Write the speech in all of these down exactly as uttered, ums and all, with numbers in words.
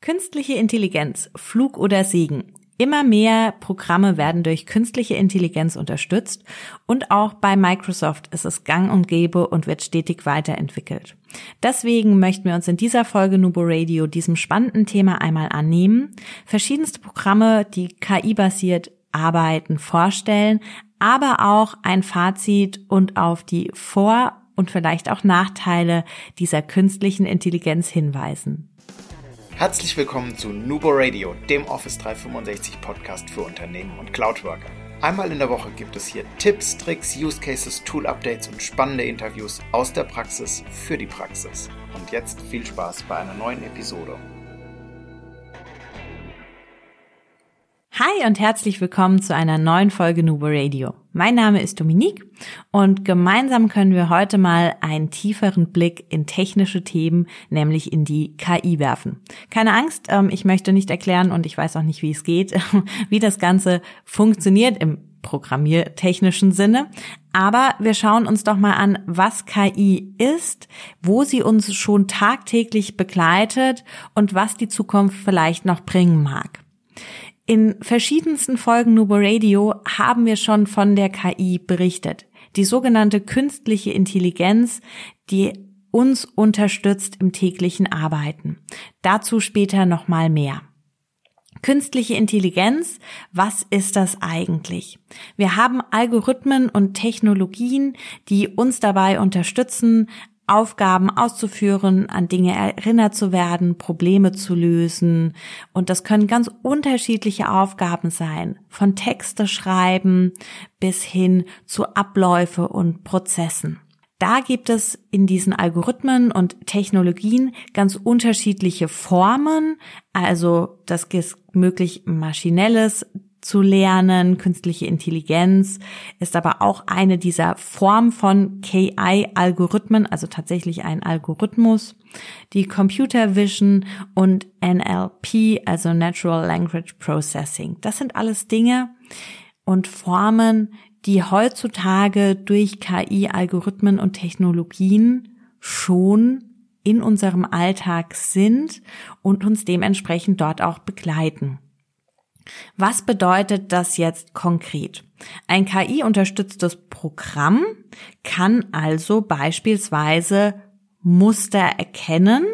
Künstliche Intelligenz, Fluch oder Segen. Immer mehr Programme werden durch künstliche Intelligenz unterstützt und auch bei Microsoft ist es gang und gäbe und wird stetig weiterentwickelt. Deswegen möchten wir uns in dieser Folge Nubo Radio diesem spannenden Thema einmal annehmen, verschiedenste Programme, die K I-basiert arbeiten, vorstellen, aber auch ein Fazit und auf die Vor- und vielleicht auch Nachteile dieser künstlichen Intelligenz hinweisen. Herzlich willkommen zu Nubo Radio, dem Office dreihundertfünfundsechzig Podcast für Unternehmen und Cloudworker. Einmal in der Woche gibt es hier Tipps, Tricks, Use Cases, Tool-Updates und spannende Interviews aus der Praxis für die Praxis. Und jetzt viel Spaß bei einer neuen Episode. Hi und herzlich willkommen zu einer neuen Folge Nubo Radio. Mein Name ist Dominique und gemeinsam können wir heute mal einen tieferen Blick in technische Themen, nämlich in die K I werfen. Keine Angst, ich möchte nicht erklären und ich weiß auch nicht, wie es geht, wie das Ganze funktioniert im programmiertechnischen Sinne. Aber wir schauen uns doch mal an, was K I ist, wo sie uns schon tagtäglich begleitet und was die Zukunft vielleicht noch bringen mag. In verschiedensten Folgen Nubo Radio haben wir schon von der K I berichtet. Die sogenannte künstliche Intelligenz, die uns unterstützt im täglichen Arbeiten. Dazu später nochmal mehr. Künstliche Intelligenz, was ist das eigentlich? Wir haben Algorithmen und Technologien, die uns dabei unterstützen, Aufgaben auszuführen, an Dinge erinnert zu werden, Probleme zu lösen. Und das können ganz unterschiedliche Aufgaben sein, von Texte schreiben bis hin zu Abläufe und Prozessen. Da gibt es in diesen Algorithmen und Technologien ganz unterschiedliche Formen. Also das ist möglich, maschinelles zu lernen. Künstliche Intelligenz ist aber auch eine dieser Formen von K I-Algorithmen, also tatsächlich ein Algorithmus. Die Computer Vision und N L P, also Natural Language Processing. Das sind alles Dinge und Formen, die heutzutage durch K I-Algorithmen und Technologien schon in unserem Alltag sind und uns dementsprechend dort auch begleiten. Was bedeutet das jetzt konkret? Ein K I-unterstütztes Programm kann also beispielsweise Muster erkennen.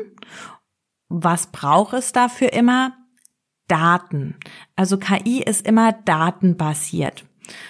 Was braucht es dafür immer? Daten. Also K I ist immer datenbasiert.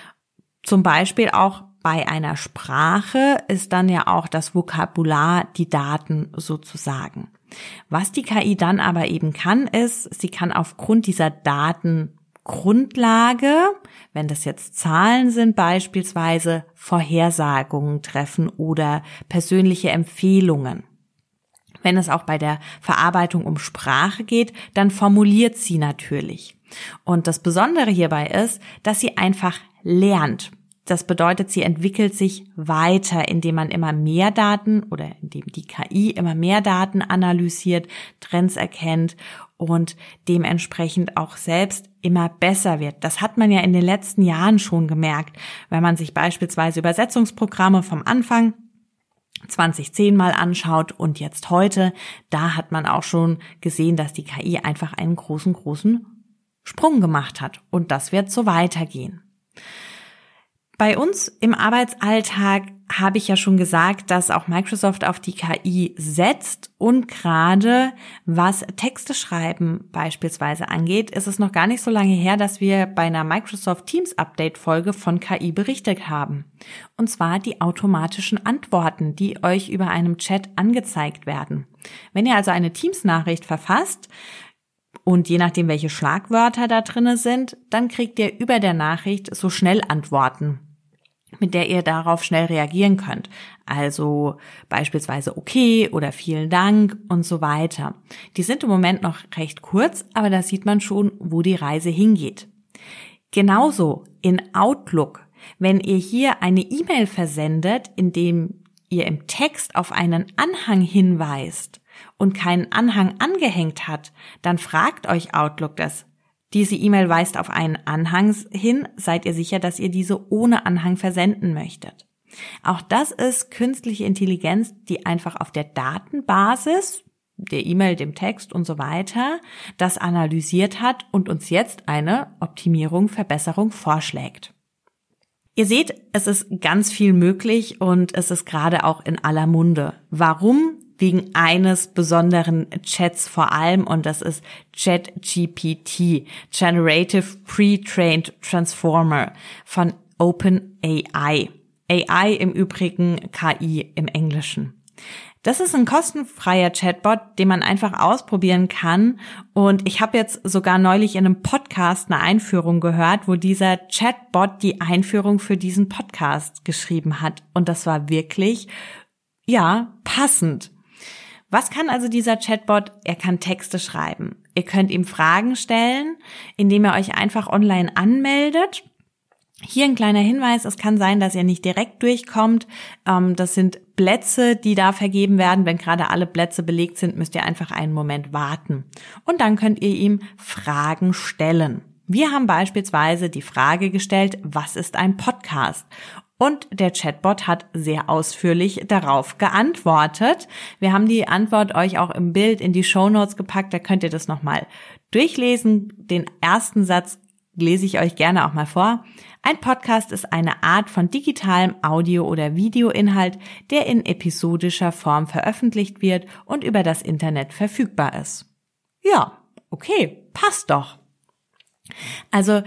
Zum Beispiel auch bei einer Sprache ist dann ja auch das Vokabular die Daten sozusagen. Was die K I dann aber eben kann, ist, sie kann aufgrund dieser Datengrundlage, wenn das jetzt Zahlen sind, beispielsweise Vorhersagungen treffen oder persönliche Empfehlungen. Wenn es auch bei der Verarbeitung um Sprache geht, dann formuliert sie natürlich. Und das Besondere hierbei ist, dass sie einfach lernt. Das bedeutet, sie entwickelt sich weiter, indem man immer mehr Daten oder indem die K I immer mehr Daten analysiert, Trends erkennt und dementsprechend auch selbst immer besser wird. Das hat man ja in den letzten Jahren schon gemerkt, wenn man sich beispielsweise Übersetzungsprogramme vom Anfang zwanzig zehn mal anschaut und jetzt heute, da hat man auch schon gesehen, dass die K I einfach einen großen, großen Sprung gemacht hat und das wird so weitergehen. Bei uns im Arbeitsalltag habe ich ja schon gesagt, dass auch Microsoft auf die K I setzt und gerade was Texte schreiben beispielsweise angeht, ist es noch gar nicht so lange her, dass wir bei einer Microsoft Teams Update Folge von K I berichtet haben. Und zwar die automatischen Antworten, die euch über einem Chat angezeigt werden. Wenn ihr also eine Teams-Nachricht verfasst, und je nachdem, welche Schlagwörter da drinne sind, dann kriegt ihr über der Nachricht so Schnellantworten, mit der ihr darauf schnell reagieren könnt. Also beispielsweise okay oder vielen Dank und so weiter. Die sind im Moment noch recht kurz, aber da sieht man schon, wo die Reise hingeht. Genauso in Outlook, wenn ihr hier eine E-Mail versendet, indem ihr im Text auf einen Anhang hinweist und keinen Anhang angehängt hat, dann fragt euch Outlook das. Diese E-Mail weist auf einen Anhang hin, seid ihr sicher, dass ihr diese ohne Anhang versenden möchtet. Auch das ist künstliche Intelligenz, die einfach auf der Datenbasis der E-Mail, dem Text und so weiter, das analysiert hat und uns jetzt eine Optimierung, Verbesserung vorschlägt. Ihr seht, es ist ganz viel möglich und es ist gerade auch in aller Munde. Warum? Wegen eines besonderen Chats vor allem, und das ist ChatGPT, Generative Pre-Trained Transformer von OpenAI. A I im Übrigen, K I im Englischen. Das ist ein kostenfreier Chatbot, den man einfach ausprobieren kann. Und ich habe jetzt sogar neulich in einem Podcast eine Einführung gehört, wo dieser Chatbot die Einführung für diesen Podcast geschrieben hat. Und das war wirklich, ja, passend. Was kann also dieser Chatbot? Er kann Texte schreiben. Ihr könnt ihm Fragen stellen, indem er euch einfach online anmeldet. Hier ein kleiner Hinweis, es kann sein, dass ihr nicht direkt durchkommt. Das sind Plätze, die da vergeben werden. Wenn gerade alle Plätze belegt sind, müsst ihr einfach einen Moment warten. Und dann könnt ihr ihm Fragen stellen. Wir haben beispielsweise die Frage gestellt, was ist ein Podcast? Und der Chatbot hat sehr ausführlich darauf geantwortet. Wir haben die Antwort euch auch im Bild in die Shownotes gepackt, da könnt ihr das nochmal durchlesen. Den ersten Satz lese ich euch gerne auch mal vor. Ein Podcast ist eine Art von digitalem Audio- oder Videoinhalt, der in episodischer Form veröffentlicht wird und über das Internet verfügbar ist. Ja, okay, passt doch. Also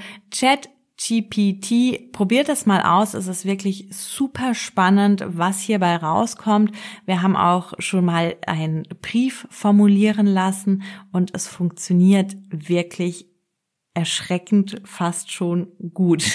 ChatGPT, probiert das mal aus. Es ist wirklich super spannend, was hierbei rauskommt. Wir haben auch schon mal einen Brief formulieren lassen und es funktioniert wirklich erschreckend fast schon gut.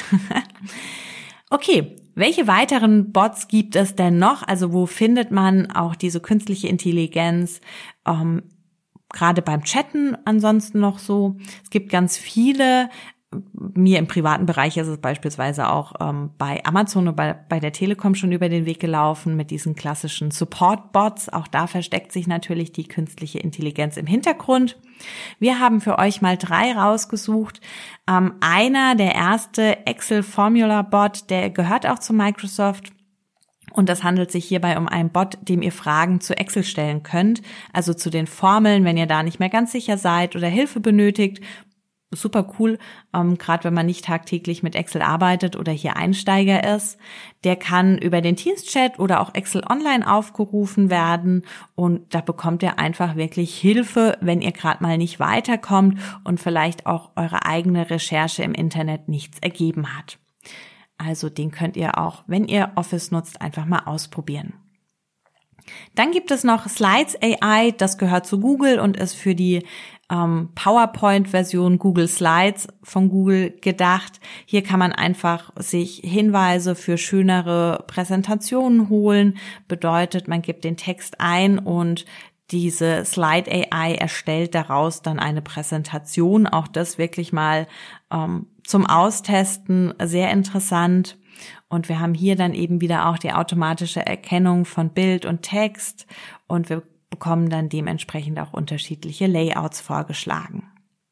Okay, welche weiteren Bots gibt es denn noch? Also wo findet man auch diese künstliche Intelligenz? Ähm, gerade beim Chatten ansonsten noch so. Es gibt ganz viele. Mir im privaten Bereich ist es beispielsweise auch ähm, bei Amazon und bei, bei der Telekom schon über den Weg gelaufen mit diesen klassischen Support-Bots. Auch da versteckt sich natürlich die künstliche Intelligenz im Hintergrund. Wir haben für euch mal drei rausgesucht. Ähm, einer, der erste Excel Formula Bot, der gehört auch zu Microsoft. Und das handelt sich hierbei um einen Bot, dem ihr Fragen zu Excel stellen könnt, also zu den Formeln, wenn ihr da nicht mehr ganz sicher seid oder Hilfe benötigt. Super cool, ähm, gerade wenn man nicht tagtäglich mit Excel arbeitet oder hier Einsteiger ist. Der kann über den Teams-Chat oder auch Excel Online aufgerufen werden und da bekommt ihr einfach wirklich Hilfe, wenn ihr gerade mal nicht weiterkommt und vielleicht auch eure eigene Recherche im Internet nichts ergeben hat. Also den könnt ihr auch, wenn ihr Office nutzt, einfach mal ausprobieren. Dann gibt es noch Slides A I, das gehört zu Google und ist für die ähm, PowerPoint-Version Google Slides von Google gedacht. Hier kann man einfach sich Hinweise für schönere Präsentationen holen. Bedeutet, man gibt den Text ein und diese Slide A I erstellt daraus dann eine Präsentation. Auch das wirklich mal ähm, zum Austesten sehr interessant. Und wir haben hier dann eben wieder auch die automatische Erkennung von Bild und Text und wir bekommen dann dementsprechend auch unterschiedliche Layouts vorgeschlagen.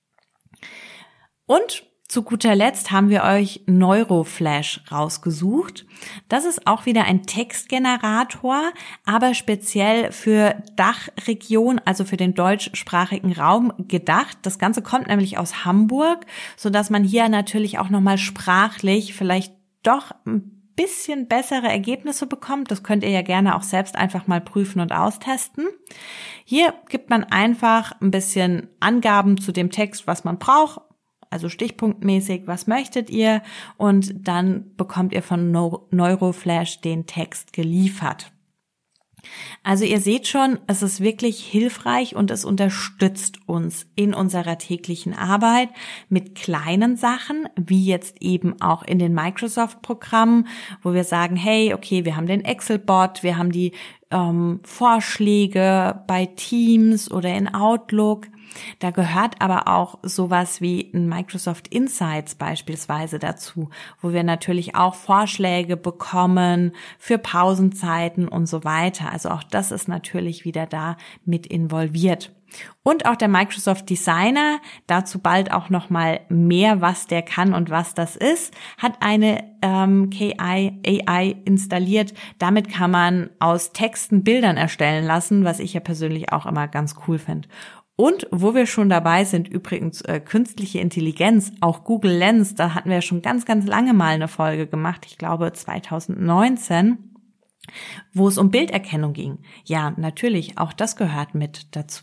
Und zu guter Letzt haben wir euch Neuroflash rausgesucht. Das ist auch wieder ein Textgenerator, aber speziell für Dachregion, also für den deutschsprachigen Raum gedacht. Das Ganze kommt nämlich aus Hamburg, sodass man hier natürlich auch nochmal sprachlich vielleicht doch ein bisschen bessere Ergebnisse bekommt. Das könnt ihr ja gerne auch selbst einfach mal prüfen und austesten. Hier gibt man einfach ein bisschen Angaben zu dem Text, was man braucht, also stichpunktmäßig, was möchtet ihr? Und dann bekommt ihr von Neuroflash den Text geliefert. Also ihr seht schon, es ist wirklich hilfreich und es unterstützt uns in unserer täglichen Arbeit mit kleinen Sachen, wie jetzt eben auch in den Microsoft-Programmen, wo wir sagen, hey, okay, wir haben den Excel-Bot, wir haben die ähm, Vorschläge bei Teams oder in Outlook. Da gehört aber auch sowas wie ein Microsoft Insights beispielsweise dazu, wo wir natürlich auch Vorschläge bekommen für Pausenzeiten und so weiter. Also auch das ist natürlich wieder da mit involviert. Und auch der Microsoft Designer, dazu bald auch nochmal mehr, was der kann und was das ist, hat eine ähm, K I A I installiert. Damit kann man aus Texten Bildern erstellen lassen, was ich ja persönlich auch immer ganz cool finde. Und wo wir schon dabei sind, übrigens äh, künstliche Intelligenz, auch Google Lens, da hatten wir ja schon ganz, ganz lange mal eine Folge gemacht, ich glaube zwanzig neunzehn, wo es um Bilderkennung ging. Ja, natürlich, auch das gehört mit dazu.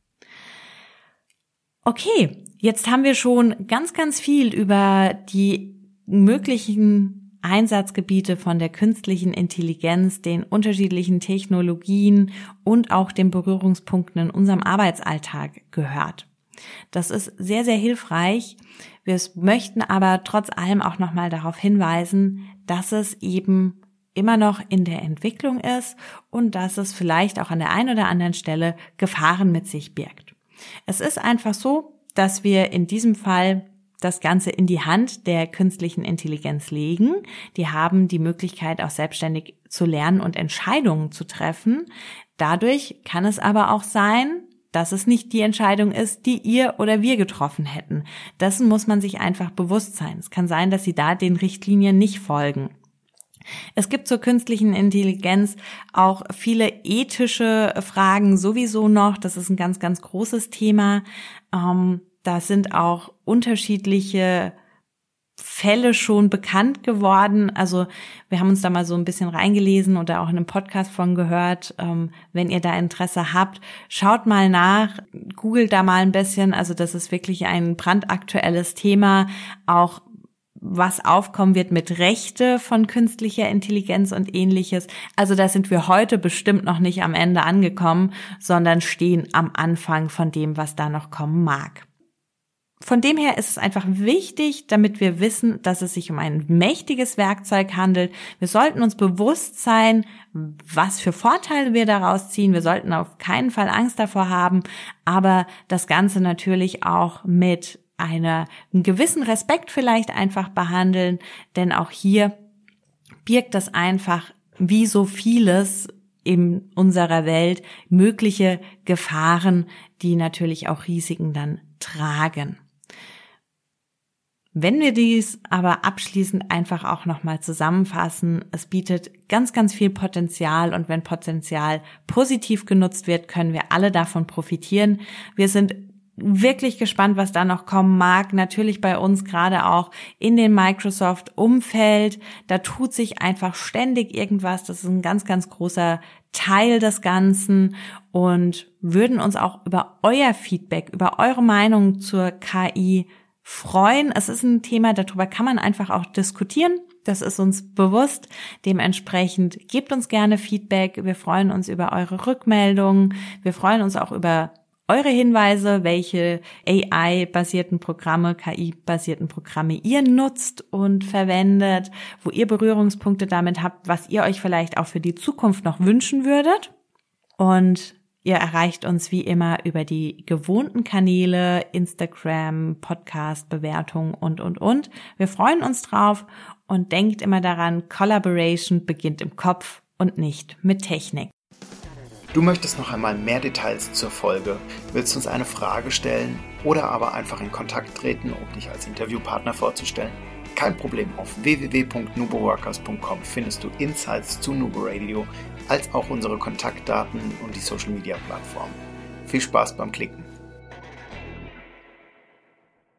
Okay, jetzt haben wir schon ganz, ganz viel über die möglichen Einsatzgebiete von der künstlichen Intelligenz, den unterschiedlichen Technologien und auch den Berührungspunkten in unserem Arbeitsalltag gehört. Das ist sehr, sehr hilfreich. Wir möchten aber trotz allem auch nochmal darauf hinweisen, dass es eben immer noch in der Entwicklung ist und dass es vielleicht auch an der einen oder anderen Stelle Gefahren mit sich birgt. Es ist einfach so, dass wir in diesem Fall das Ganze in die Hand der künstlichen Intelligenz legen. Die haben die Möglichkeit, auch selbstständig zu lernen und Entscheidungen zu treffen. Dadurch kann es aber auch sein, dass es nicht die Entscheidung ist, die ihr oder wir getroffen hätten. Dessen muss man sich einfach bewusst sein. Es kann sein, dass sie da den Richtlinien nicht folgen. Es gibt zur künstlichen Intelligenz auch viele ethische Fragen sowieso noch. Das ist ein ganz, ganz großes Thema. Ähm, da sind auch unterschiedliche Fälle schon bekannt geworden. Also wir haben uns da mal so ein bisschen reingelesen und da auch in einem Podcast von gehört. Ähm, wenn ihr da Interesse habt, schaut mal nach, googelt da mal ein bisschen. Also das ist wirklich ein brandaktuelles Thema, auch was aufkommen wird mit Rechte von künstlicher Intelligenz und ähnliches. Also da sind wir heute bestimmt noch nicht am Ende angekommen, sondern stehen am Anfang von dem, was da noch kommen mag. Von dem her ist es einfach wichtig, damit wir wissen, dass es sich um ein mächtiges Werkzeug handelt. Wir sollten uns bewusst sein, was für Vorteile wir daraus ziehen. Wir sollten auf keinen Fall Angst davor haben, aber das Ganze natürlich auch mit einer, einen gewissen Respekt vielleicht einfach behandeln, denn auch hier birgt das einfach wie so vieles in unserer Welt mögliche Gefahren, die natürlich auch Risiken dann tragen. Wenn wir dies aber abschließend einfach auch nochmal zusammenfassen, es bietet ganz, ganz viel Potenzial und wenn Potenzial positiv genutzt wird, können wir alle davon profitieren. Wir sind wirklich gespannt, was da noch kommen mag. Natürlich bei uns gerade auch in dem Microsoft-Umfeld. Da tut sich einfach ständig irgendwas. Das ist ein ganz, ganz großer Teil des Ganzen und würden uns auch über euer Feedback, über eure Meinung zur K I freuen. Es ist ein Thema, darüber kann man einfach auch diskutieren. Das ist uns bewusst. Dementsprechend gebt uns gerne Feedback. Wir freuen uns über eure Rückmeldungen. Wir freuen uns auch über eure Hinweise, welche A I-basierten Programme, K I-basierten Programme ihr nutzt und verwendet, wo ihr Berührungspunkte damit habt, was ihr euch vielleicht auch für die Zukunft noch wünschen würdet. Und ihr erreicht uns wie immer über die gewohnten Kanäle, Instagram, Podcast, Bewertungen und, und, und. Wir freuen uns drauf und denkt immer daran, Collaboration beginnt im Kopf und nicht mit Technik. Du möchtest noch einmal mehr Details zur Folge, willst uns eine Frage stellen oder aber einfach in Kontakt treten, um dich als Interviewpartner vorzustellen? Kein Problem, auf w w w punkt nuboworkers punkt com findest du Insights zu Nubo Radio, als auch unsere Kontaktdaten und die Social Media Plattform. Viel Spaß beim Klicken!